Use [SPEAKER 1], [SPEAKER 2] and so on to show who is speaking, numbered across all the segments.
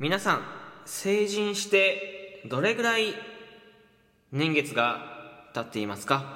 [SPEAKER 1] 皆さん、成人してどれぐらい年月が経っていますか？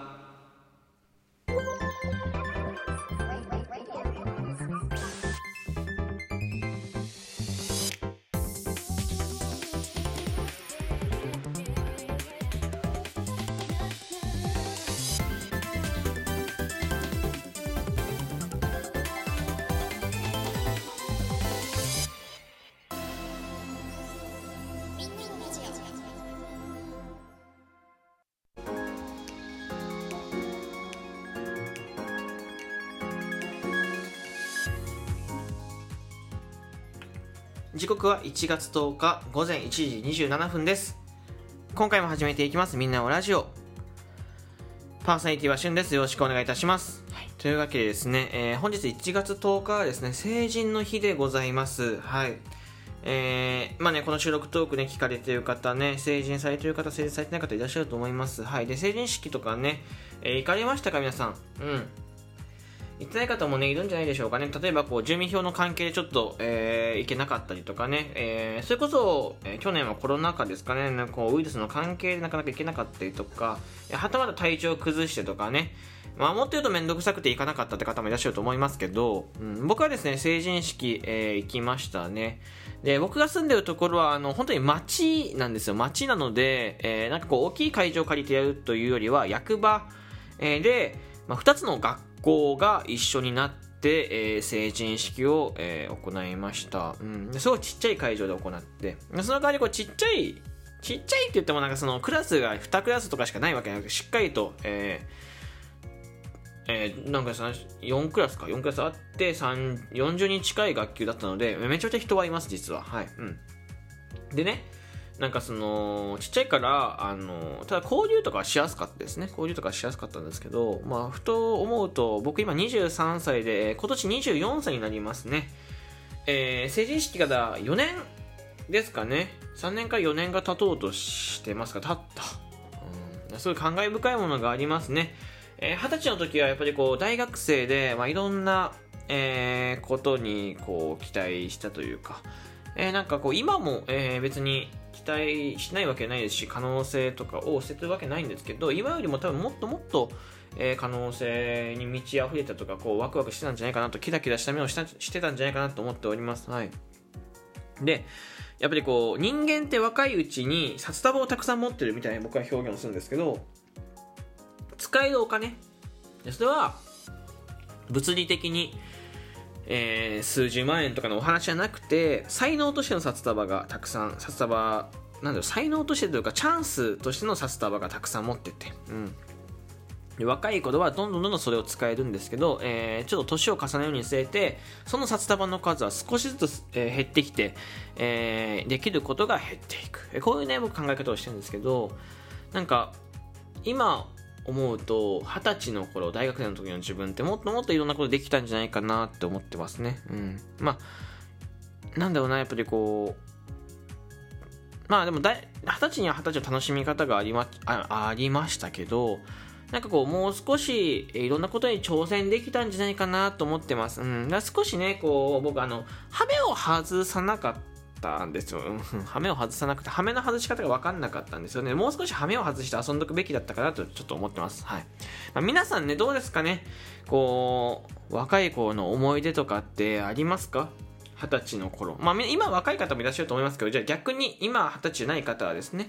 [SPEAKER 1] 時刻は1月10日午前1時27分です。今回も始めていきます、みんなおラジオ。パーソナリティはしゅんです。よろしくお願いいたします。というわけでですね、本日1月10日はですね、成人の日でございます。はい。この収録トークね、聞かれている方ね、成人されている方、成人されてない方いらっしゃると思います。はい。で、成人式とかね、行かれましたか皆さん。行ってない方もね、いるんじゃないでしょうかね。例えば、住民票の関係でちょっと、行けなかったりとかね、それこそ、去年はコロナ禍ですかね、ウイルスの関係でなかなか行けなかったりとか、はたまた体調を崩してとかね、もっと言うとめんどくさくて行かなかったって方もいらっしゃると思いますけど、僕はですね、成人式、行きましたね。で、僕が住んでるところは、本当に町なんですよ。町なので、大きい会場を借りてやるというよりは、役場、で、2つの学校が一緒になって、成人式を、行いました。すごいちっちゃい会場で行って、その代わりちっちゃいって言ってもそのクラスが2クラスとかしかないわけなく、しっかりと、4クラスあって40人近い学級だったので、めちゃめちゃ人はいます実は。はい。でね、ちっちゃいからただ交流とかはしやすかったですね。交流とかしやすかったんですけど、ふと思うと僕今23歳で、今年24歳になりますね。成人式から4年ですかね。3年から4年が経とうとしてますか。経った。すごい感慨深いものがありますね。20歳の時はやっぱり大学生で、いろんな、ことに期待したというか、今も、別に期待しないわけないですし、可能性とかを捨ててるわけないんですけど、今よりも多分もっともっと、可能性に満ち溢れたとか、ワクワクしてたんじゃないかなと、キラキラした目をしてたんじゃないかなと思っております。はい。で、やっぱり人間って若いうちに札束をたくさん持ってるみたいに僕は表現をするんですけど、使えるお金、それは物理的に、数十万円とかのお話じゃなくて、才能としての札束がたくさん、才能としてというかチャンスとしての札束がたくさん持ってて、で若い頃はどんどんそれを使えるんですけど、ちょっと年を重ねるにつれてその札束の数は少しずつ、減ってきて、できることが減っていく、こういうね僕考え方をしてるんですけど、今思うと20歳の頃、大学生の時の自分ってもっともっといろんなことできたんじゃないかなって思ってますね。やっぱりでも20歳には20歳の楽しみ方がありましたけど、もう少しいろんなことに挑戦できたんじゃないかなと思ってます。少しね僕ハメを外さなかったんですよ。ハメを外さなくて、ハメの外し方が分かんなかったんですよね。もう少しハメを外して遊んどくべきだったかなとちょっと思ってます。はい。皆さんね、どうですかね。若い頃の思い出とかってありますか？20歳の頃。今若い方もいらっしゃると思いますけど、じゃあ逆に今20歳じゃない方はですね、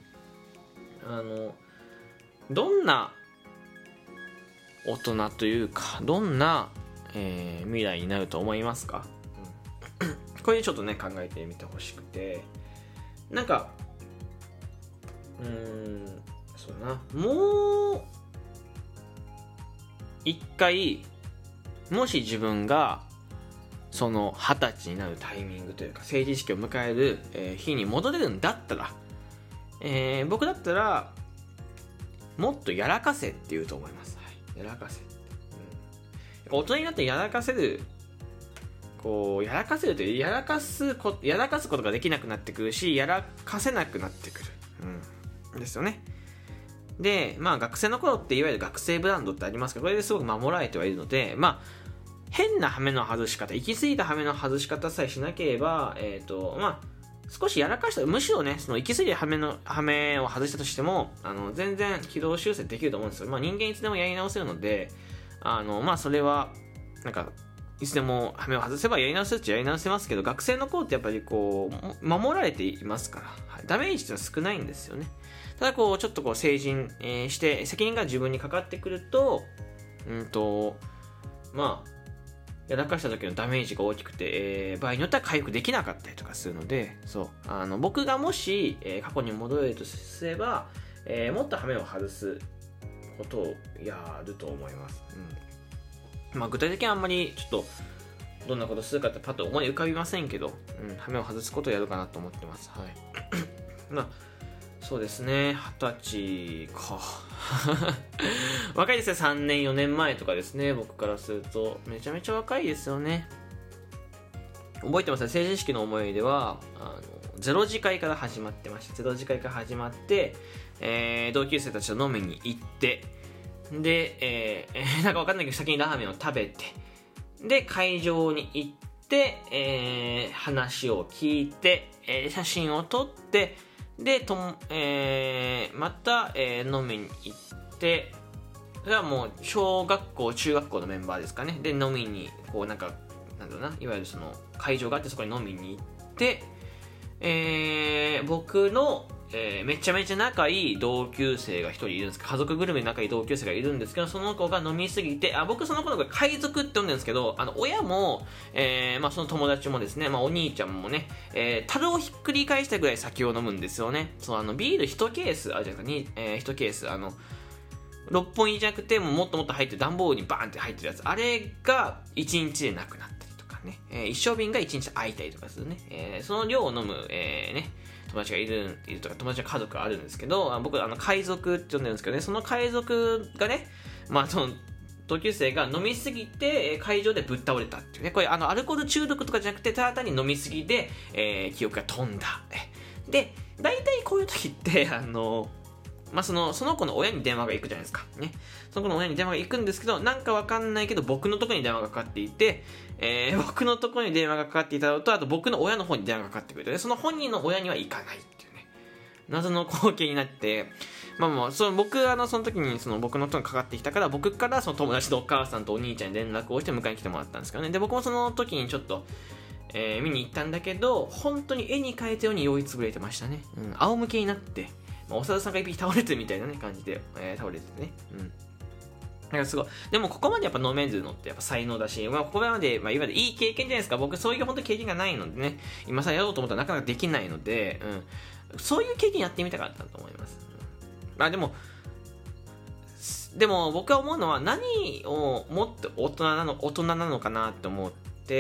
[SPEAKER 1] どんな大人というか、どんな、未来になると思いますか？これちょっとね考えてみてほしくて、そうな、もう一回もし自分がその20歳になるタイミングというか成人式を迎える、日に戻れるんだったら、僕だったらもっとやらかせって言うと思います。はい、やらかせ、大人になってやらかせるとやらかすことができなくなってくるし、やらかせなくなってくる、ですよね。で、学生の頃っていわゆる学生ブランドってありますけど、これですごく守られてはいるので、変なハメの外し方、行き過ぎたハメの外し方さえしなければ、 少しやらかした、むしろね、その行き過ぎてハメを外したとしても、全然軌道修正できると思うんですよ。まあ人間いつでもやり直せるので、まあそれは、なんか、いつでもハメを外せばやり直せるっちゃやり直せますけど、学生の頃ってやっぱりこう、守られていますから、はい、ダメージっていうのは少ないんですよね。ただこう、ちょっとこう、成人、して、責任が自分にかかってくると、まあ、やらかした時のダメージが大きくて、場合によっては回復できなかったりとかするので、そう僕がもし、過去に戻れるとすれば、もっとハメを外すことをやると思います。まあ、具体的にはあんまりちょっとどんなことするかってパッと思い浮かびませんけど、ハメを外すことをやるかなと思ってます。はい。まあそうですね、20歳か。若いですね、3年、4年前とかですね、僕からすると。めちゃめちゃ若いですよね。覚えてますね、成人式の思い出は、0次会から始まってました。0次会から始まって、同級生たちと飲みに行って、で、なんかわかんないけど、先にラーメンを食べて、で、会場に行って、話を聞いて、写真を撮って、で、また、飲みに行って、それはもう小学校、中学校のメンバーですかね。で、飲みに、こうなんだろうな、いわゆるその会場があってそこに飲みに行って、僕の、めちゃめちゃ仲いい同級生が一人いるんですけど、家族ぐるみで仲いい同級生がいるんですけど、その子が飲みすぎて、僕その子のこと海賊って呼んでるんですけど、親も、まあその友達もですね、まあお兄ちゃんもね、樽をひっくり返したぐらい酒を飲むんですよね。そう、ビール1ケースあるじゃないですか、1ケース、6本入りじゃなくて、もっともっと入ってる段ボールにバーンって入ってるやつ、あれが1日でなくなったりとかね、一升瓶が1日空いたりとかするね、その量を飲む、ね、友達がいるとか、友達の家族があるんですけど、僕、海賊って呼んでるんですけどね、その海賊がね、まあ、その、同級生が飲みすぎて、会場でぶっ倒れたっていうね、これ、アルコール中毒とかじゃなくて、ただ単に飲みすぎで、記憶が飛んだ。で、大体こういう時って、まあ、その子の親に電話が行くじゃないですか。ね。その子の親に電話が行くんですけど、なんかわかんないけど、僕のところに電話がかかっていて、僕のところに電話がかかっていたのと、あと僕の親の方に電話がかかってくると、その本人の親には行かないっていうね、謎の光景になって、まあ僕その時に僕のところにかかってきたから、僕からその友達のお母さんとお兄ちゃんに連絡をして迎えに来てもらったんですけどね。で、僕もその時にちょっと、見に行ったんだけど、本当に絵に描いたように酔いつぶれてましたね。仰向けになって、お猿さんが一匹倒れてるみたいな、ね、感じで、倒れててね。だからすごい。でもここまでやっぱ飲めるのってやっぱ才能だし、ここまで、いわゆるいい経験じゃないですか。僕そういう本当に経験がないのでね、今さやろうと思ったらなかなかできないので、そういう経験やってみたかったと思います。でも僕は思うのは何をもって大人なのかなって思って、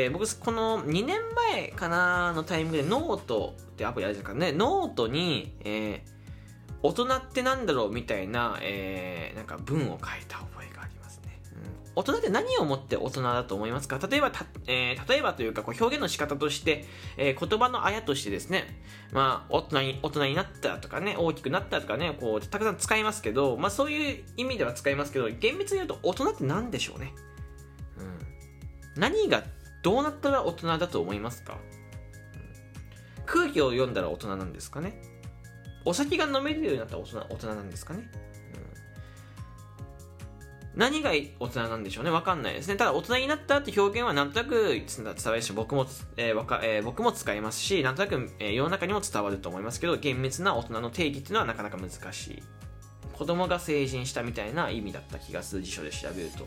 [SPEAKER 1] 僕この2年前かなのタイミングでノートってアプリあるじゃないですかね。ノートに、大人ってなんだろうみたいな、なんか文を書いた覚えがありますね。大人って何をもって大人だと思いますか？例えばというかこう表現の仕方として、言葉のあやとしてですね、まあ大人になったとかね、大きくなったとかね、こうたくさん使いますけど、まあそういう意味では使いますけど、厳密に言うと大人って何でしょうね。何がどうなったら大人だと思いますか？空気を読んだら大人なんですかね？お酒が飲めるようになったら大人なんですかね、何が大人なんでしょうね。わかんないですね。ただ大人になったって表現はなんとなく伝わるし、僕も使いますし、なんとなく、世の中にも伝わると思いますけど、厳密な大人の定義っていうのはなかなか難しい。子供が成人したみたいな意味だった気がする、辞書で調べると。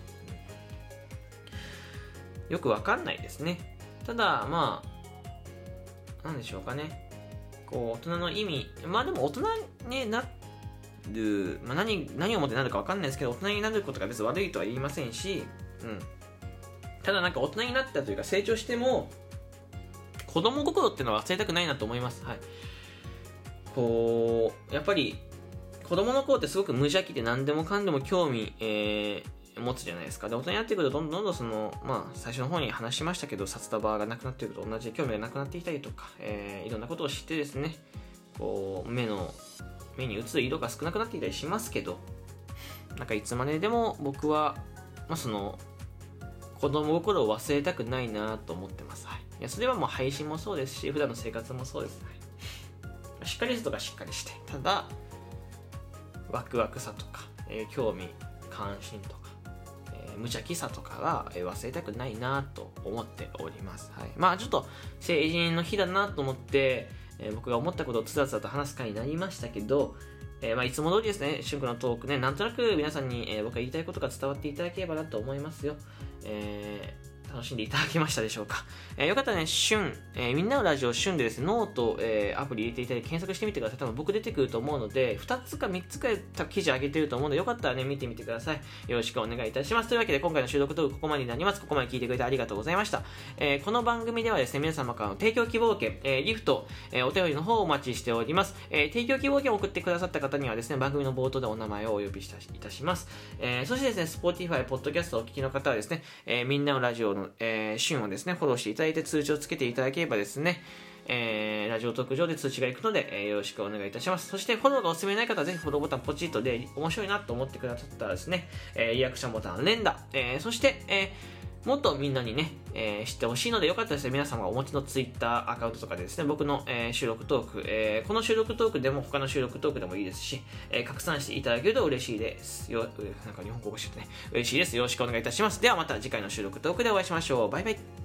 [SPEAKER 1] よくわかんないですね。ただまあなんでしょうかね、こう大人の意味、まあでも大人になる、まあ、何をもってなるか分かんないですけど、大人になることが別に悪いとは言いませんし、ただなんか大人になったというか成長しても子供心っていうのは忘れたくないなと思います。はい。こうやっぱり子供の頃ってすごく無邪気で何でもかんでも興味、持つじゃないですか。で、大人になってくるとどんどんまあ最初の方に話しましたけど、札束がなくなっていくと同じ興味がなくなってきたりとか、いろんなことを知ってですね、こう目に映る色が少なくなっていたりしますけど、なんかいつまででも僕は、まあ、子供心を忘れたくないなと思ってます。はい。 いや、それはもう配信もそうですし、普段の生活もそうです。はい、しっかりするとかしっかりして、ただ、ワクワクさとか、興味、関心とか、無邪気さとかは忘れたくないなと思っております。はい、まあちょっと成人の日だなと思って、僕が思ったことをつらつらと話す回になりましたけど、まあいつも通りですね、しゅんくんのトークね、なんとなく皆さんに、僕が言いたいことが伝わっていただければなと思いますよ。楽しんでいただけましたでしょうか。よかったらね、しゅん、みんなのラジオしゅんでですね、ノート、アプリ入れていただいて検索してみてください。多分僕出てくると思うので、2つか3つか記事上げてると思うので、よかったらね、見てみてください。よろしくお願いいたします。というわけで、今回の収録トークここまでになります。ここまで聞いてくれてありがとうございました。この番組ではですね、皆様からの提供希望券、ギフト、お便りの方をお待ちしております。提供希望券を送ってくださった方にはですね、番組の冒頭でお名前をお呼びいたします。そしてですね、Spotify、Podcast をお聞きの方はですね、みんなのラジオの、しゅんをですね、フォローしていただいて通知をつけていただければですね、ラジオトーク上で通知がいくので、よろしくお願いいたします。そしてフォローがお勧めない方はぜひフォローボタンポチッとで面白いなと思ってくださったらですね、リアクションボタン連打、そして、もっとみんなにね、知ってほしいのでよかったですね、皆様がお持ちの Twitter アカウントとかでですね、僕の、収録トーク、この収録トークでも他の収録トークでもいいですし、拡散していただけると嬉しいですよ。なんか日本語教えてね、嬉しいです。よろしくお願いいたします。ではまた次回の収録トークでお会いしましょう。バイバイ。